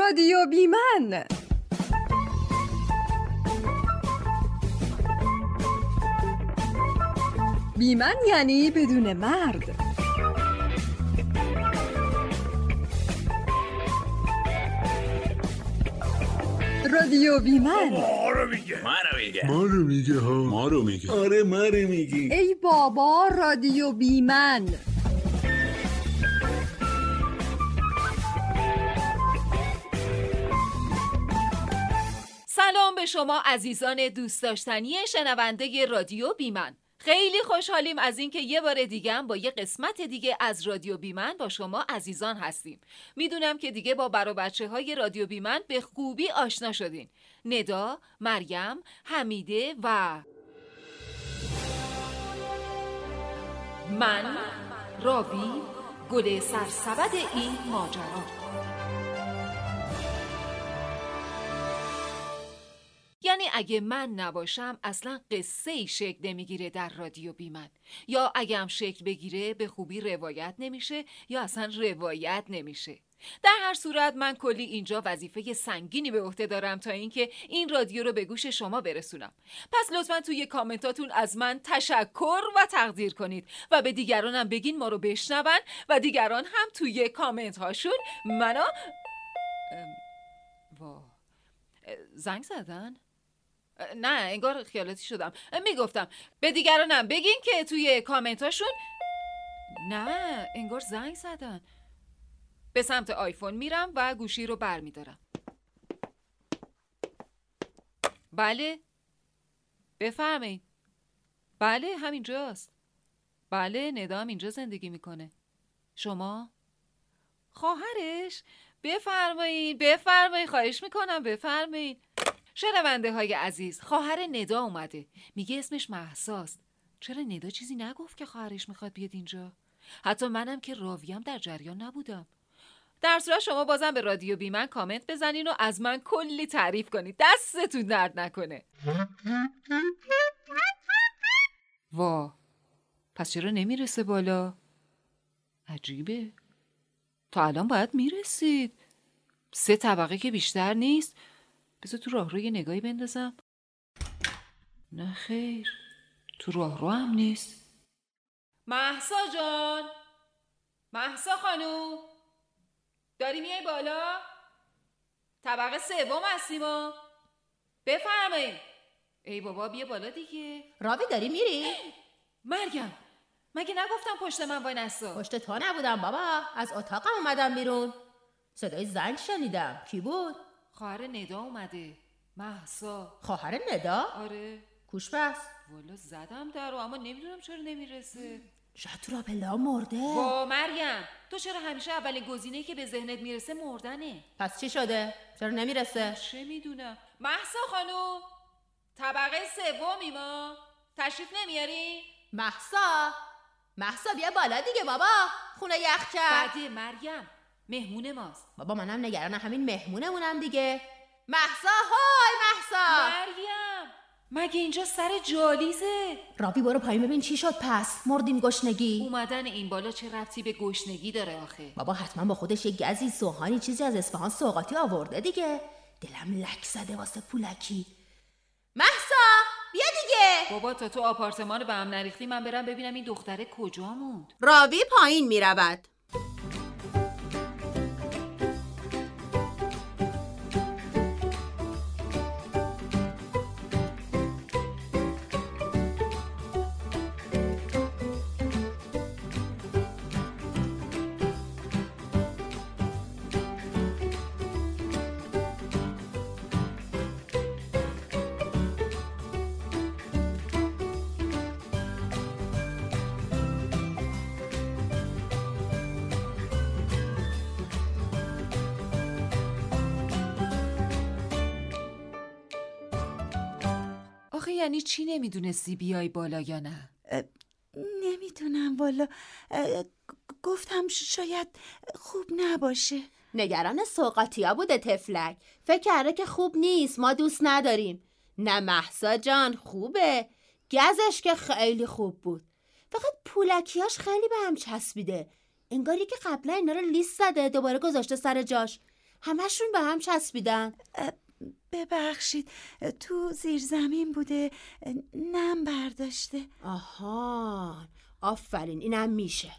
رادیو بیمن. بیمن یعنی بدون مرد. رادیو بیمن. ما رو میگه ما رو میگه آره ما رو میگی. ای بابا رادیو بیمن. سلام به شما عزیزان دوست داشتنی شنونده رادیو بیمن. خیلی خوشحالیم از اینکه یه بار دیگه هم با یه قسمت دیگه از رادیو بیمن با شما عزیزان هستیم. میدونم که دیگه با بچه‌های رادیو بیمن به خوبی آشنا شدین. ندا، مریم، حمیده و من، راوی، گل سرسبد این ماجرا. یعنی اگه من نباشم اصلا قصه ای شکل نمیگیره در رادیو بیمن، یا اگه هم شکل بگیره به خوبی روایت نمیشه یا اصلا روایت نمیشه. در هر صورت من کلی اینجا وظیفه سنگینی به عهده دارم تا اینکه این رادیو رو به گوش شما برسونم. پس لطفاً توی کامنتاتون از من تشکر و تقدیر کنید و به دیگرانم بگین ما رو بشنون و دیگران هم توی کامنت هاشون منو زنگ زدن؟ نه انگار خیالاتی شدم. میگفتم به دیگرانم بگین که توی کامنتاشون. نه انگار زنگ زدن. به سمت آیفون میرم و گوشی رو بر میدارم. بله بفرمایید. بله همینجاست. بله ندا هم اینجا زندگی میکنه. شما؟ خواهرش؟ بفرمایید خواهش میکنم بفرمایید. شنونده های عزیز، خواهر ندا اومده. میگه اسمش مهساست. چرا ندا چیزی نگفت که خواهرش میخواد بیاد اینجا؟ حتی منم که راویم در جریان نبودم. در صورت شما بازم به رادیو بیمن کامنت بزنین و از من کلی تعریف کنید. دستتون درد نکنه. پس چرا نمیرسه بالا؟ عجیبه. تا الان باید میرسید. 3 طبقه که بیشتر نیست. بذار تو راهرو یه نگاهی بندازم. نه خیر، تو راهرو هم نیست. مهسا جان، مهسا خانوم، داری میای بالا؟ طبقه 3 هستیم ما. بفرمایید. ای بابا بیا بالا دیگه. راوی داری میری؟ مریم، مگه نگفتم پشت من وای نسا؟ پشت تو نبودم بابا، از اتاقم اومدم بیرون. صدای زنگ شنیدم. کی بود؟ خواهر ندا اومده. مهسا. خواهر ندا؟ آره. کوش بس؟ والا زدم در رو اما نمیدونم چرا نمیرسه. شاید تو رابلا مرده. با مریم، تو چرا همیشه اولین گزینه‌ای که به ذهنت میرسه مردنه؟ پس چی شده؟ چرا نمیرسه؟ چه میدونم. مهسا خانوم، طبقه 3 ما. تشریف نمیاری؟ مهسا بیا بالا دیگه بابا. خونه یخ کرد. بعد مریم مهمون ماست. بابا منم نگران همین مهمونمونم دیگه. مهسا های مهسا. مریم مگه اینجا سر جالیزه؟ راوی برو پایین ببین چی شد. پس مردیم گشنگی. اومدن این بالا چه ربطی به گشنگی داره آخه؟ بابا حتما با خودش یه گزی سوهانی چیزی از اصفهان سوغاتی آورده دیگه. دلم لک زده واسه پولکی. مهسا بیا دیگه. بابا تا تو آپارتمان به هم نریختی من برم ببینم این دختره کجا موند. راوی پایین میرود. یعنی چی نمیدونستی بیای بالا یا نه؟ نمیدونم والا. گفتم شاید خوب نباشه. نگران سوغاتیا بوده تفلک. فکر کرده که خوب نیست، ما دوست نداریم. نه مهسا جان خوبه. گزش که خیلی خوب بود. فقط پولکیاش خیلی به هم چسبیده. انگار که قبلا اینا رو لیست زده دوباره گذاشته سر جاش. همشون به هم چسبیدن. ببخشید، تو زیر زمین بوده، نم برداشته. آها، آفرین، اینم میشه.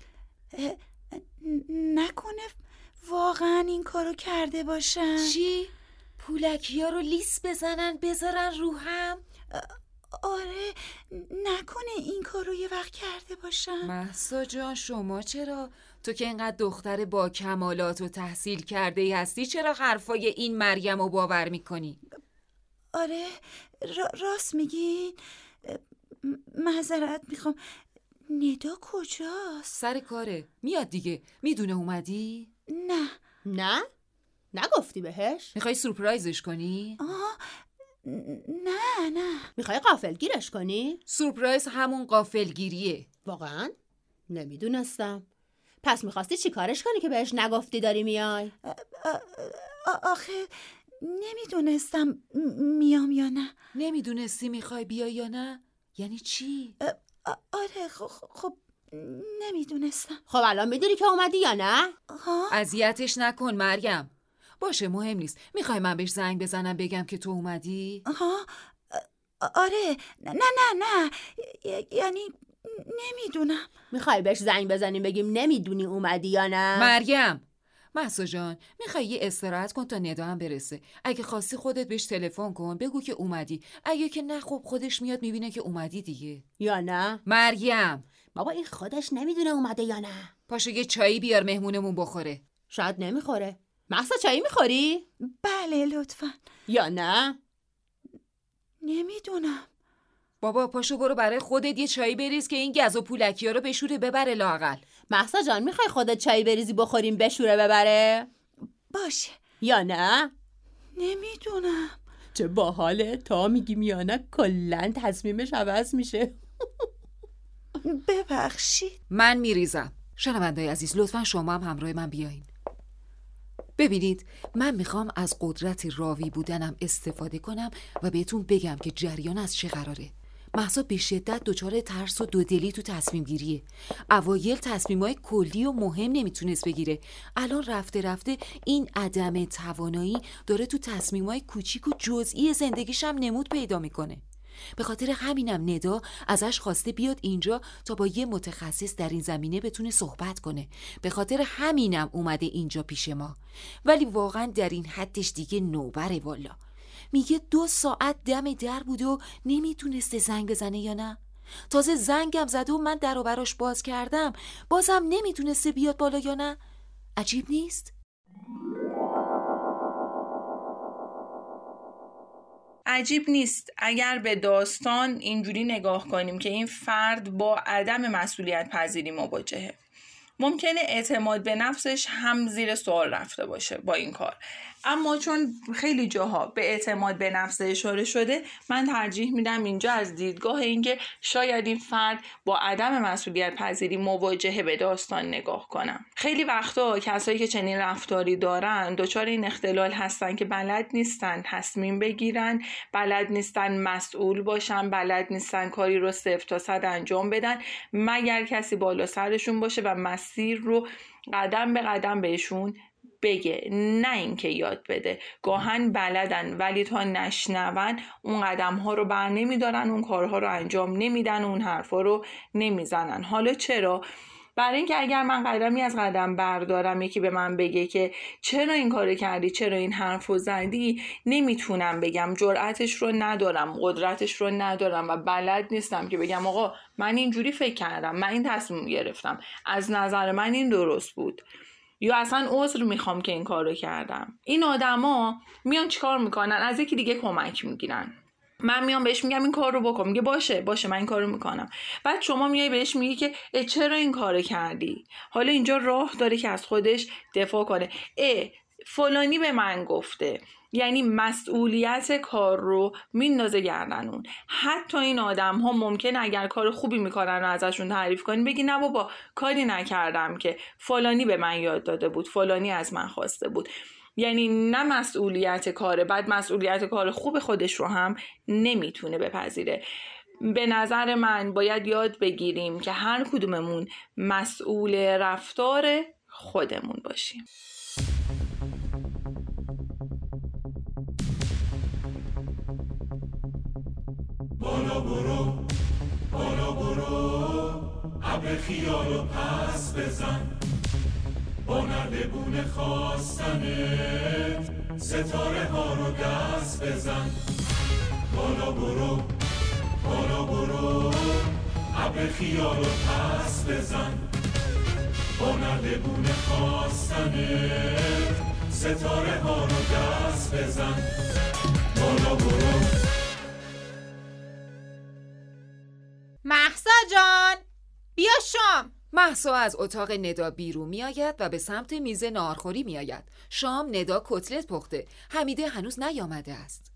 نکنه واقعا این کارو کرده باشن؟ چی؟ پولکیا رو لیس بزنن بذارن رو هم؟ آره، نکنه این کارو یه وقت کرده باشن؟ مهسا جان، شما چرا؟ تو که اینقدر دختر با کمالات و تحصیل کرده ای هستی، چرا حرفای این مریم رو باور میکنی؟ آره، راست میگین. معذرت میخوام. ندا کجاست؟ سر کاره، میاد دیگه. میدونه اومدی؟ نه؟ نگفتی بهش؟ میخوای سورپرایزش کنی؟ نه. میخوای غافلگیرش کنی؟ سورپرایز همون غافلگیریه. واقعا؟ نمیدونستم. پس میخواستی چی کارش کنی که بهش نگفتی داری میای؟ آخه نمیدونستم میام یا نه. نمیدونستی میخوای بیای یا نه؟ یعنی چی؟ آره، خب نمیدونستم. خب الان میدونی که اومدی یا نه؟ اذیتش نکن مریم. باشه، مهم نیست. میخوای من بهش زنگ بزنم بگم که تو اومدی؟ آره. نه یعنی نمیدونم. میخوای بهش زنگ بزنیم بگیم نمیدونی اومدی یا نه؟ مریم، مهسا جان، میخوای یه استراحت کن تا ندا هم برسه. اگه خواستی خودت بهش تلفن کن، بگو که اومدی. اگه که نه، خب خودش میاد میبینه که اومدی دیگه. یا نه؟ مریم، بابا این خودش نمیدونه اومده یا نه. پاشو یه چایی بیار مهمونمون بخوره. شاید نمیخوره. مهسا چایی میخوری؟ بله لطفا. یا نه؟ نمیدونم. بابا پاشو برو برای خودت یه چایی بریز که این گز و پولکیا رو بشوره ببره لااقل. مهسا جان، میخوای خودت چایی بریزی بخوریم بشوره ببره؟ باشه. یا نه؟ نمیدونم. چه باحاله، تا میگیم یا نه کلن تصمیمش عوض میشه. ببخشید. من میریزم. شنونده‌ی عزیز، لطفا شما هم همراه من بیاین. ببینید، من میخوام از قدرت راوی بودنم استفاده کنم و بهتون بگم که جریان از چه قراره. مهسا به شدت دچار ترس و دودلی تو تصمیم گیریه. اوایل تصمیمای کلی و مهم نمیتونست بگیره. الان رفته رفته این عدم توانایی داره تو تصمیمای کوچیک و جزئی زندگیش هم نمود پیدا میکنه. به خاطر همینم ندا ازش خواسته بیاد اینجا تا با یه متخصص در این زمینه بتونه صحبت کنه. به خاطر همینم اومده اینجا پیش ما. ولی واقعا در این حدش دیگه نوبره والا. میگه 2 ساعت دم در بوده و نمیتونسته زنگ بزنه یا نه؟ تازه زنگم زده و من در و براش باز کردم، بازم نمیتونسته بیاد بالا یا نه؟ عجیب نیست؟ عجیب نیست اگر به داستان اینجوری نگاه کنیم که این فرد با عدم مسئولیت پذیری مواجهه. ممکنه اعتماد به نفسش هم زیر سوال رفته باشه با این کار، اما چون خیلی جاها به اعتماد به نفس اشاره شده، من ترجیح میدم اینجا از دیدگاه اینکه شاید این فرد با عدم مسئولیت پذیری مواجهه به داستان نگاه کنم. خیلی وقتا کسایی که چنین رفتاری دارن دچار این اختلال هستن که بلد نیستن تصمیم بگیرن، بلد نیستن مسئول باشن، بلد نیستن کاری رو 0 تا 100 انجام بدن مگر کسی بالا سرشون باشه و مسیر رو قدم به قدم بهشون بگه، نه اینکه یاد بده. گاهن بلدن ولی تا نشنون اون قدم ها رو بر نمیدارن، اون کارها رو انجام نمیدن، اون حرفا رو نمیزنن. حالا چرا؟ برای اینکه اگر من قدمی از قدم بردارم یکی به من بگه که چرا این کارو کردی، چرا این حرفو زدی، نمیتونم بگم، جرأتش رو ندارم، قدرتش رو ندارم و بلد نیستم که بگم آقا من اینجوری فکر کردم، من این تصمیم گرفتم، از نظر من این درست بود، یا اصلا عذر میخوام که این کارو کردم. این آدما میان چیکار میکنن؟ از یکی دیگه کمک میگیرن. من میام بهش میگم این کار رو بکن، میگه باشه من این کار رو میکنم. بعد شما میای بهش میگی که چرا این کار کردی؟ حالا اینجا راه داره که از خودش دفاع کنه. فلانی به من گفته، یعنی مسئولیت کار رو میندازه گردن اون. حتی این آدم ها ممکنه اگر کار خوبی میکنن و ازشون تعریف کنی بگی نه بابا کاری نکردم که فلانی به من یاد داده بود، فلانی از من خواسته بود. یعنی نه مسئولیت کاره، بعد مسئولیت کار خوب خودش رو هم نمیتونه بپذیره. به نظر من باید یاد بگیریم که هر کدوممون مسئول رفتار خودمون باشیم. بالا برو بالا برو ابر خیالو پس بزن با نردبون خواستنت ستاره ها رو دست بزن بالا برو بالا برو ابر خیالو پس بزن با نردبون خواستنت ستاره ها رو دست بزن بالا برو. مهسا جان بیا شام. مهسا از اتاق ندا بیرون می آید و به سمت میز ناهارخوری می آید. شام ندا کتلت پخته. حمیده هنوز نیامده است.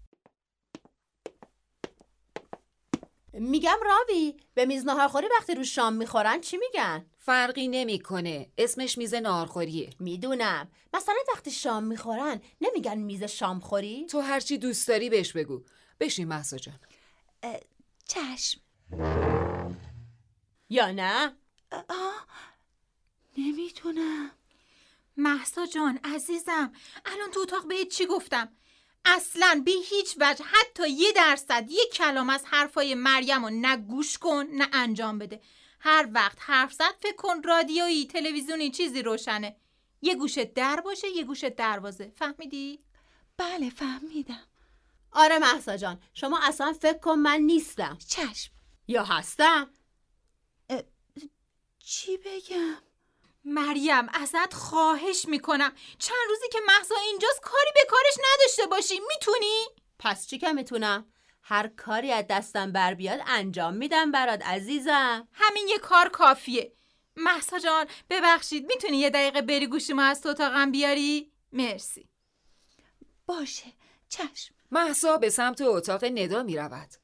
میگم راوی، به میز ناهارخوری وقتی رو شام میخورن چی میگن؟ فرقی نمیکنه. اسمش میز ناهارخوریه. میدونم. مثلا وقتی شام میخورن نمیگن میز شامخوری؟ تو هرچی دوست داری بهش بگو. بشین مهسا جان. چشم. یا نه؟ نمیتونم. مهسا جان عزیزم، الان تو اتاق بهت چی گفتم؟ اصلاً به هیچ وجه حتی 1% 1 کلام از حرفای مریم رو نه گوش کن نه انجام بده. هر وقت حرف زد فکر کن رادیویی تلویزیونی چیزی روشنه. یه گوشه در باشه یه گوشه دروازه. فهمیدی؟ بله فهمیدم. آره مهسا جان، شما اصلا فکر کن من نیستم. چشم. یا هستم؟ چی بگم؟ مریم ازت خواهش میکنم چند روزی که مهسا اینجاست کاری به کارش نداشته باشی. میتونی؟ پس چی که میتونم؟ هر کاری از دستم بر بیاد انجام میدم برات عزیزم. همین یه کار کافیه. مهسا جان ببخشید میتونی 1 دقیقه بری گوشیمو از تو اتاقم بیاری؟ مرسی. باشه چشم. مهسا به سمت اتاق ندا می رود.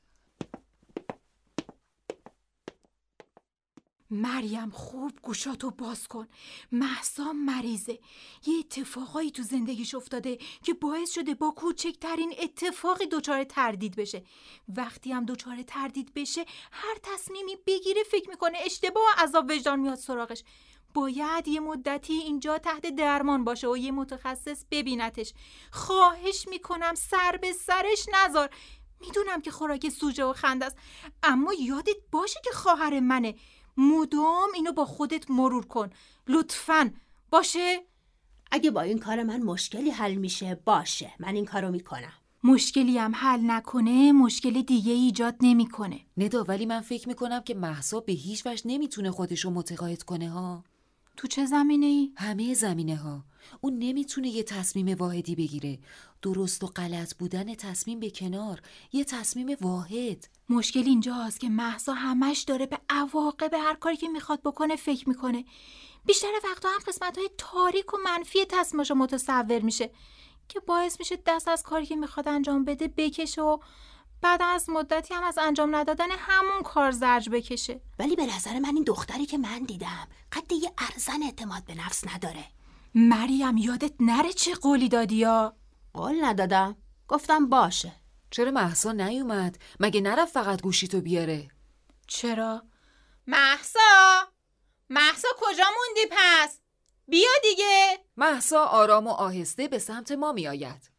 مریم خوب گوشاتو باز کن. مهسا مریضه. یه اتفاقایی تو زندگیش افتاده که باعث شده با کوچکترین اتفاقی دچار تردید بشه. وقتی هم دچار تردید بشه هر تصمیمی بگیره فکر میکنه اشتباه و عذاب وجدان میاد سراغش. باید یه مدتی اینجا تحت درمان باشه و یه متخصص ببینتش. خواهش میکنم سر به سرش نذار. میدونم که خوراک سوژه و خنده است، اما یادت باشه که خواهر منه. مدام اینو با خودت مرور کن لطفاً. باشه؟ اگه با این کار من مشکلی حل میشه باشه، من این کارو میکنم. مشکلی هم حل نکنه مشکل دیگه ایجاد نمیکنه. ندا ولی من فکر میکنم که مهسا به هیچ وجه نمیتونه خودشو متقاعد کنه ها. تو چه زمینه‌ای؟ همه زمینه ها. اون نمیتونه یه تصمیم واحدی بگیره. درست و غلط بودن تصمیم به کنار، یه تصمیم واحد. مشکل اینجاست که مهسا همش داره به عواقب هر کاری که میخواد بکنه فکر میکنه. بیشتر وقتا هم قسمت‌های تاریک و منفی تصمیماشو متصور میشه که باعث میشه دست از کاری که میخواد انجام بده بکشه و بعد از مدتی هم از انجام ندادن همون کار زجر بکشه. ولی به نظر من این دختری که من دیدم قد یه ارزن اعتماد به نفس نداره. مریم یادت نره چه قولی دادی یا؟ قول ندادم، گفتم باشه. چرا مهسا نیومد؟ مگه نرفت فقط گوشیتو بیاره؟ چرا؟ مهسا کجا موندی پس؟ بیا دیگه. مهسا آرام و آهسته به سمت ما می آید.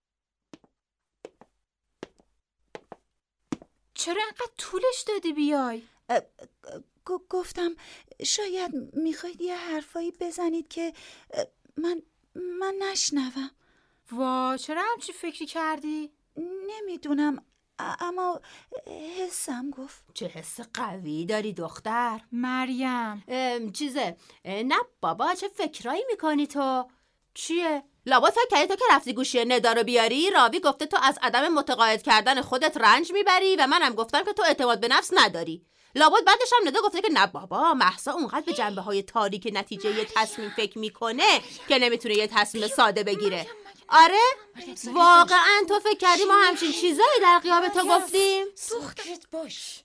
چرا انقدر طولش دادی بیای؟ گفتم شاید میخواید یه حرفایی بزنید که من نشنوم. چرا همچی فکری کردی؟ نمیدونم اما حسم گفت. چه حس قوی داری دختر؟ مریم نه بابا، چه فکرایی میکنی تو؟ چیه؟ لابد فکر کردی تو که رفتی گوشی ندا رو بیاری راوی گفته تو از عدم متقاعد کردن خودت رنج میبری و منم گفتم که تو اعتماد به نفس نداری. لابد بعدش هم ندا گفته که نه بابا، مهسا اونقدر به جنبه های تاریک نتیجه یه تصمیم فکر میکنه که نمیتونه یه تصمیم ساده بگیره. آره؟ واقعا تو فکر کردی ما همچین چیزایی در قیاب تو گفتیم؟ ساکت باش.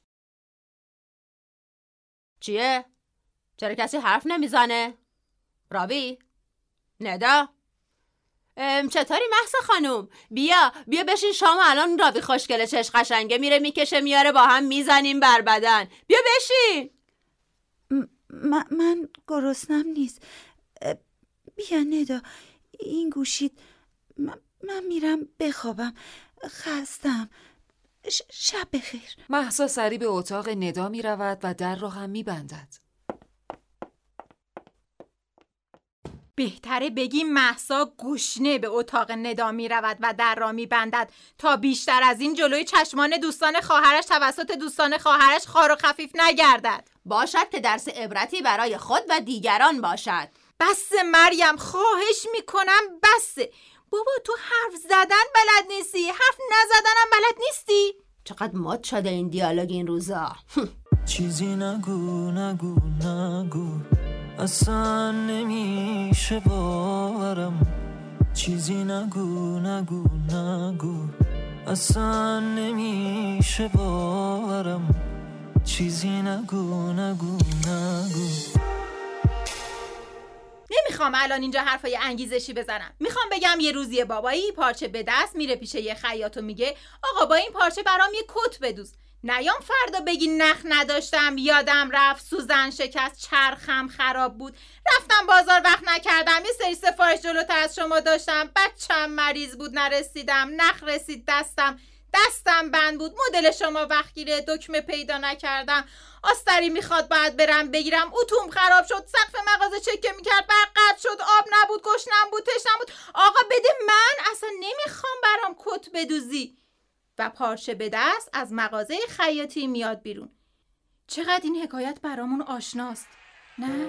چیه؟ چرا کسی حرف نمیزنه؟ راوی؟ ندا؟ چطوری مهسا خانوم؟ بیا بشین شام الان راوی خوشگله چش قشنگه میره میکشه میاره با هم میزنیم بر بدن. بیا بشین. من گرسنم نیست. بیا ندا این گوشید من میرم بخوابم، خستم. شب بخیر. مهسا سریع به اتاق ندا می رود و در را هم می بندد. بهتره بگی مهسا گشنه به اتاق ندا می رود و در را می بندد تا بیشتر از این جلوی چشمان دوستان خواهرش توسط دوستان خواهرش خار و خفیف نگردد. باشد که درس عبرتی برای خود و دیگران باشد. بس مریم، خواهش می کنم بس. بابا تو حرف زدن بلد نیستی، حرف نزدنم بلد نیستی. چقدر مد شده این دیالوگ این روزا. چیزی نگو نگو نگو، اصلا نمیشه باورم. چیزی نگو نگو نگو، اصلا نمیشه باورم. چیزی نگو نگو نگو. نمیخوام الان اینجا حرفای انگیزشی بزنم. میخوام بگم یه روزی بابایی پارچه به دست میره پیش یه خیاط و میگه آقا با این پارچه برام یه کت بدوز. نیام فردا بگی نخ نداشتم، یادم رفت، سوزن شکست، چرخم خراب بود، رفتم بازار وقت نکردم، یه سری سفارش جلوتر از شما داشتم، بچم مریض بود نرسیدم، نخ رسید دستم بند بود، مدل شما وقت گیره، دکمه پیدا نکردم، آستری میخواد باید برم بگیرم، اتوم خراب شد، سقف مغازه چکه میکرد، برق قطع شد، آب نبود، گشنم بود، تشنم بود. آقا بده من، اصلا نمیخوام برام کت بدوزی. و پارچه به دست از مغازه خیاطی میاد بیرون. چقدر این حکایت برامون آشناست، نه؟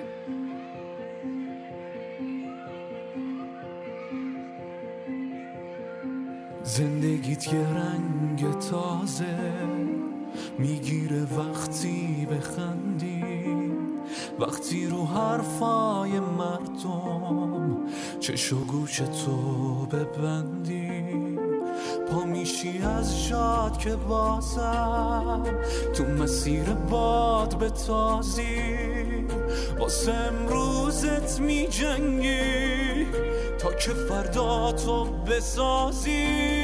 زندگیت یه رنگ تازه میگیره وقتی بخندی، وقتی رو حرفای مردم چش و گوش تو ببندی، پا میشی از جاد که بازم تو مسیر باد بتازی، واسه امروزت میجنگی تا که فردا تو بسازی.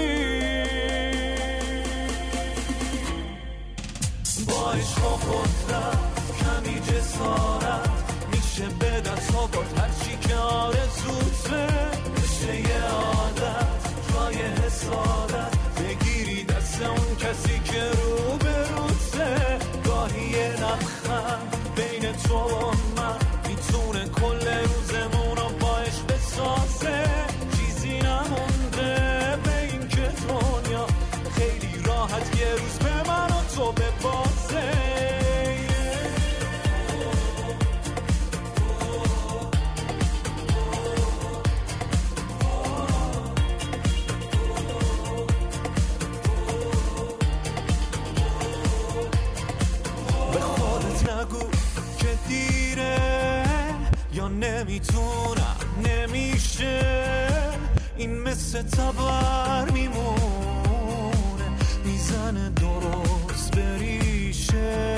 با عشق و قدرت کمی جسارت میشه به دست آورد هرچی که آرزوته، بشه یه عادت جای حسادت، بگیری دست اون کسی که رو به روته. گاهی یه لبخند بین تو و من میتونه کل روزمون رو با عشق بسازه. چیزی نمونده به این که دنیا خیلی راحت یه روز به من و تو ببازه. نمیتونم نمیشه این مثل تبر میمونه، میزنه درست بریشه.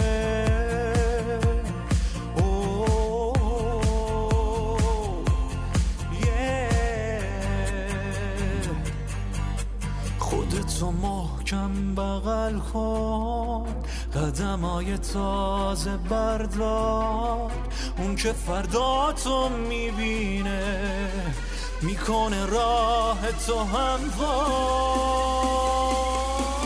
خودتو محکم بغل کن، قدمای تازه بردار، اون که فردا تو میبینه میکنه راه تو هموار.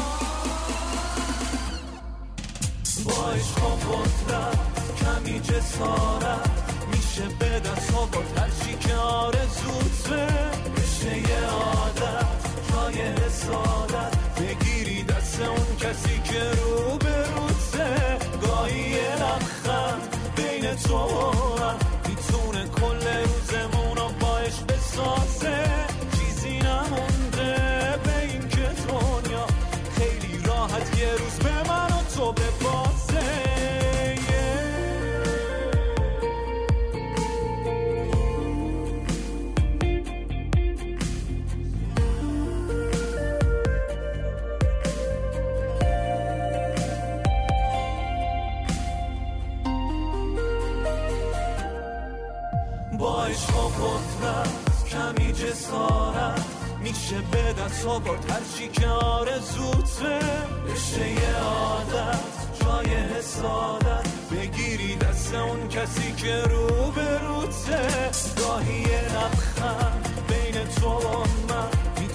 با عشق و قدرت کمی جسارت میشه به دست آورد هرچی که آرزوته، بشه یه عادت جای حسادت، بگیری دست اون کسی که رو به روته. گاهی یه لبخند بین تو و من میتونه کل روزمون رو با عشق بسازه. چیزی نمونده به این که دنیا خیلی راحت یه روز به من و تو ببازه. با عشق و قدرت کمی جسارت میشه به دست آورد هرچی که آرزوته، بشه یه عادت جای حسادت، بگیری دست اون کسی که رو به روته. گاهی یه لبخند بین تو و من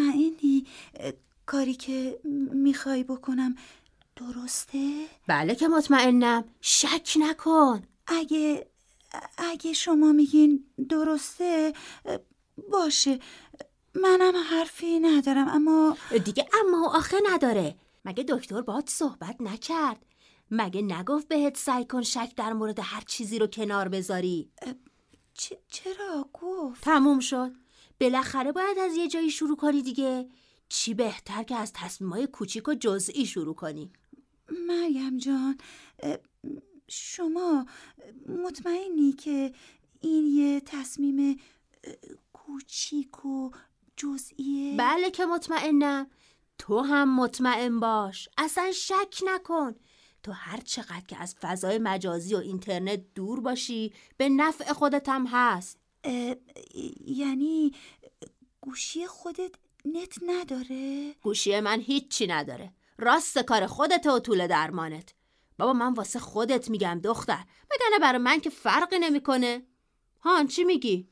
مطمئنی کاری که میخوای بکنم درسته؟ بله که مطمئنم، شک نکن. اگه شما میگین درسته باشه، منم حرفی ندارم. اما دیگه اما آخه نداره. مگه دکتر باهات صحبت نکرد؟ مگه نگفت بهت سعی کن شک در مورد هر چیزی رو کنار بذاری؟ چرا گفت؟ تموم شد. بالاخره باید از یه جایی شروع کنی دیگه. چی بهتر که از تصمیمای کوچیک و جزئی شروع کنی؟ مریم جان، شما مطمئنی که این یه تصمیم کوچیک و جزئیه؟ بله که مطمئنم. تو هم مطمئن باش، اصلا شک نکن. تو هر چقدر که از فضای مجازی و اینترنت دور باشی به نفع خودت هم هست. یعنی گوشی خودت نت نداره؟ گوشی من هیچی نداره. راست کار خودت و طول درمانت. بابا من واسه خودت میگم دختر، وگرنه برای من که فرقی نمیکنه. هان چی میگی؟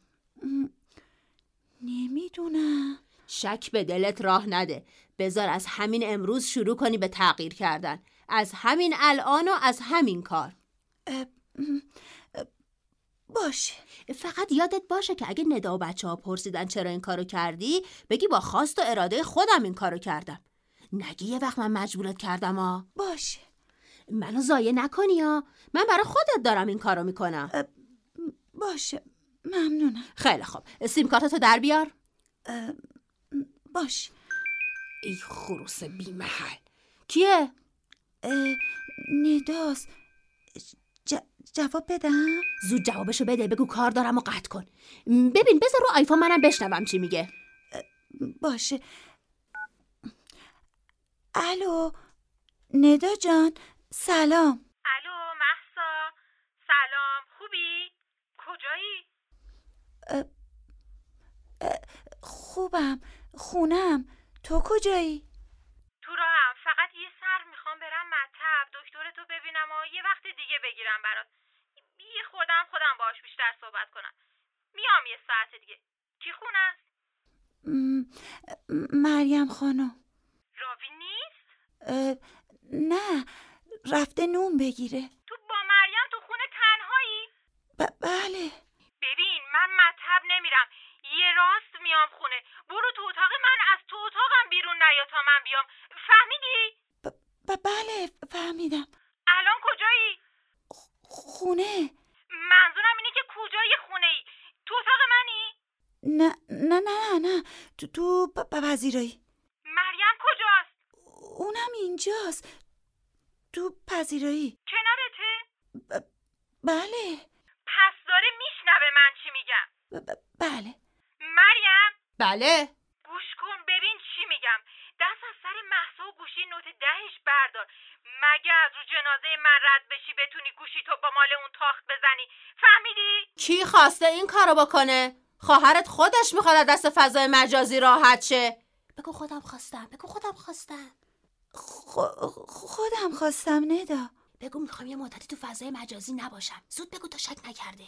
نمیدونم. شک به دلت راه نده. بذار از همین امروز شروع کنی به تغییر کردن. از همین الان و از همین کار. باشه. فقط یادت باشه که اگه ندا و بچه ها پرسیدن چرا این کارو کردی، بگی با خواست و اراده خودم این کارو کردم. نگی یه وقت من مجبورت کردم ها. باشه. منو ضایع نکنی ها. من برای خودت دارم این کارو میکنم. باشه. ممنونم. خیلی خوب. سیم کارتتو در بیار. باشه. ای خروس بی محل. کیه؟ نداست. جواب بدم؟ زود جوابشو بده. بگو کار دارم و قطع کن. ببین بذار رو آیفون منم بشنوم چی میگه. باشه. الو ندا جان، سلام. الو مهسا، سلام. خوبی؟ کجایی؟ خوبم، خونم. تو کجایی؟ تو راهم. فقط یه سر میخوام برم مطب دکترتو ببینم و یه وقت دیگه بگیرم برات. یه خودم باهاش بیشتر صحبت کنم. میام یه ساعت دیگه. کی خونه است؟ مریم خانم. راوی نیست؟ نه، رفته نون بگیره. تو با مریم تو خونه تنهایی؟ بله. ببین من مطب نمیرم، یه راست میام خونه. برو تو اتاق من، از تو اتاقم بیرون نیا تا من بیام. فهمیدی؟ بله فهمیدم. الان کجایی؟ خونه. منظورم اینه که کجای خونه ای؟ تو اتاق منی؟ نه تو پذیرایی. مریم کجاست؟ اونم اینجاست، تو پذیرایی. کنارته؟ بله. پس داره میشنوه من چی میگم. بله. مریم؟ بله. گوش کن ببین چی میگم. دست از سر مهسا و گوشی نوت 10 بردار. مگه از رو جنازه من رد بشی بتونی گوشی تو با مال اون تاخت بزنی. فهمیدی؟ کی خواسته این کارو بکنه؟ خواهرت خودش میخواد از دست فضای مجازی راحت شه. بگو خودم خواستم. خودم خواستم ندا. بگو میخوام یه مدتی تو فضای مجازی نباشم. زود بگو تا شک نکرده.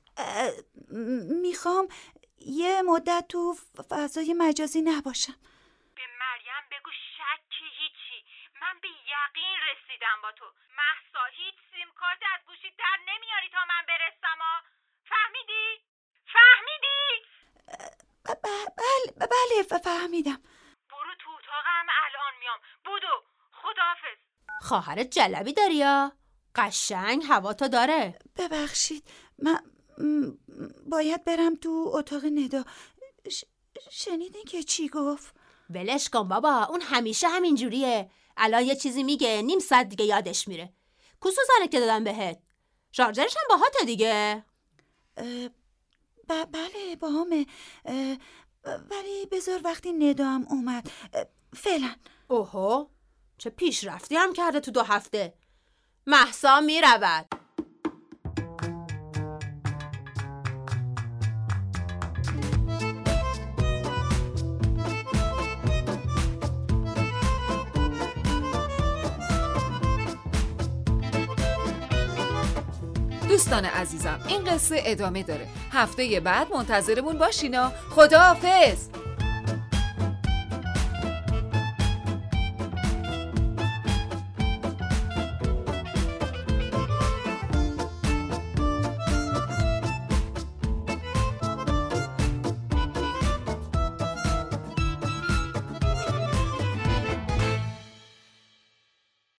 میخوام یه مدت تو فضای مجازی نباشم. به مریم بگو شکی هیچی. من به یقین رسیدم با تو. مهسا هیچ سیم کارت از گوشی در نمیاری تا من برسم ها. فهمیدی؟ بله فهمیدم. برو تو اتاقم الان میام. بدو. خداحافظ. خواهرت جلبی داری یا؟ قشنگ هوا تو داره. ببخشید من باید برم تو اتاق ندا. شنیدین که چی گفت؟ ولش کن بابا، اون همیشه همین جوریه. الان یه چیزی میگه نیم ساعت دیگه یادش میره. خصوصا که دادم بهت. شارژرش هم باهاته دیگه. بله باهامه، ولی بذار وقتی ندا هم اومد. فعلا. اوهو چه پیشرفتی هم کرده تو 2 هفته. مهسا میرود. دوستان عزیزم این قصه ادامه داره. هفته بعد منتظرمون باشینا. خداحافظ.